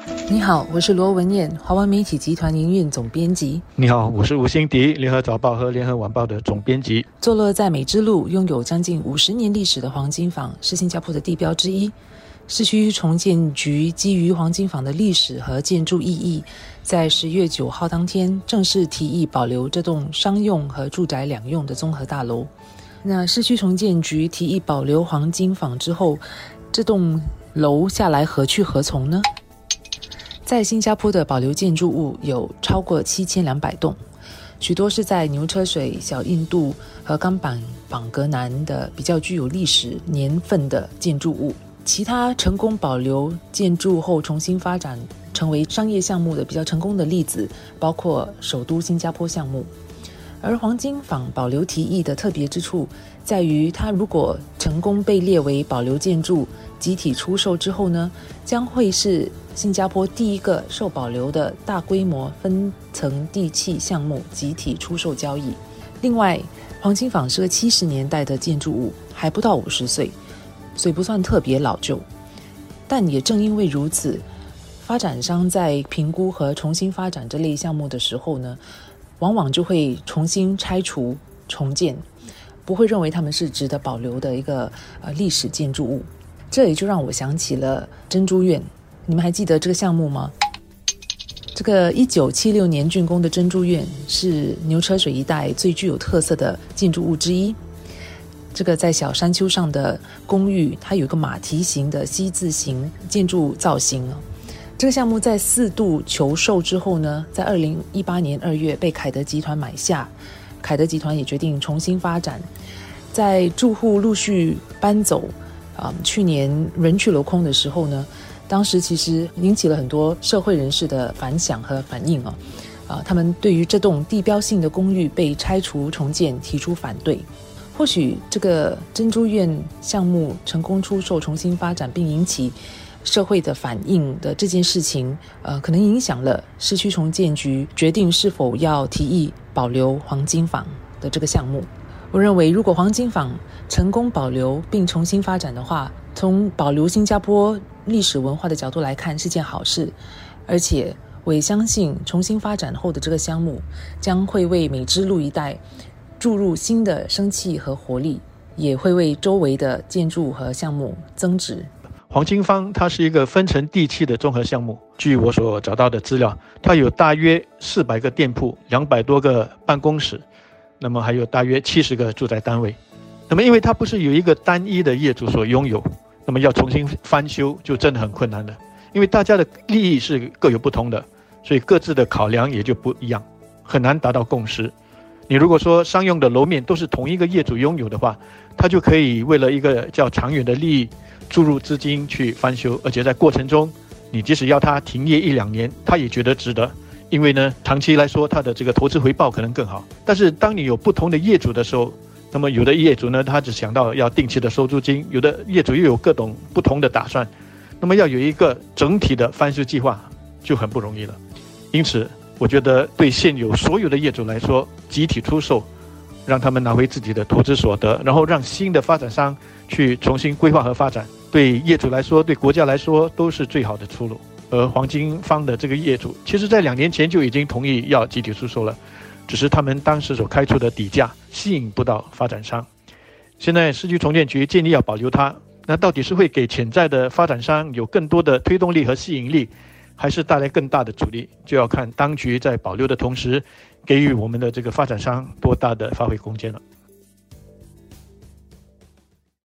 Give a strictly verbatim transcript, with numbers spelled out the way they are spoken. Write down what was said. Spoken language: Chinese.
你好，我是罗文燕，华文媒体集团营运总编辑。 你好，我是吴欣迪，联合早报和联合晚报的总编辑。 坐落在美之路，拥有将近五十年历史的黄金坊是新加坡的地标之一。市区重建局基于黄金坊的历史和建筑意义，在十月九号当天正式提议保留这栋商用和住宅两用的综合大楼。那市区重建局提议保留黄金坊之后，这栋楼下来何去何从呢？在新加坡的保留建筑物有超过七千两百栋，许多是在牛车水、小印度和冈板榜格南的比较具有历史年份的建筑物。其他成功保留建筑后重新发展成为商业项目的比较成功的例子，包括首都新加坡项目。而黄金坊保留提议的特别之处在于，它如果成功被列为保留建筑集体出售之后呢，将会是新加坡第一个受保留的大规模分层地契项目集体出售交易。另外，黄金坊是个七十年代的建筑物，还不到五十岁，所以不算特别老旧。但也正因为如此，发展商在评估和重新发展这类项目的时候呢，往往就会重新拆除重建，不会认为他们是值得保留的一个呃历史建筑物。这也就让我想起了珍珠院，你们还记得这个项目吗？这个一九七六年竣工的珍珠院是牛车水一带最具有特色的建筑物之一。这个在小山丘上的公寓，它有一个马蹄形的 C 字形建筑造型。这个项目在四度求售之后呢，在二零一八年二月被凯德集团买下。凯德集团也决定重新发展，在住户陆续搬走、嗯、去年人去楼空的时候呢，当时其实引起了很多社会人士的反响和反应、哦呃、他们对于这栋地标性的公寓被拆除重建提出反对。或许这个珍珠院项目成功出售重新发展并引起社会的反应的这件事情，呃，可能影响了市区重建局决定是否要提议保留黄金坊的这个项目。我认为，如果黄金坊成功保留并重新发展的话，从保留新加坡历史文化的角度来看是件好事，而且我也相信重新发展后的这个项目将会为美之路一带注入新的生气和活力，也会为周围的建筑和项目增值。 黄金坊它是一个分层地契的综合项目，据我所找到的资料，它有大约四百个店铺，两百多个办公室，那么还有大约七十个住宅单位。那么因为它不是有一个单一的业主所拥有，那么要重新翻修就真的很困难的，因为大家的利益是各有不同的，所以各自的考量也就不一样，很难达到共识。你如果说商用的楼面都是同一个业主拥有的话，他就可以为了一个较长远的利益注入资金去翻修，而且在过程中你即使要他停业一两年，他也觉得值得，因为呢长期来说他的这个投资回报可能更好。但是当你有不同的业主的时候，那么有的业主呢他只想到要定期的收租金，有的业主又有各种不同的打算，那么要有一个整体的翻修计划就很不容易了。因此我觉得对现有所有的业主来说，集体出售，让他们拿回自己的投资所得，然后让新的发展商去重新规划和发展，对业主来说，对国家来说都是最好的出路。而黄金坊的这个业主其实在两年前就已经同意要集体出售了，只是他们当时所开出的底价吸引不到发展商。现在市区重建局建议要保留它，那到底是会给潜在的发展商有更多的推动力和吸引力，还是带来更大的阻力，就要看当局在保留的同时给予我们的这个发展商多大的发挥空间了。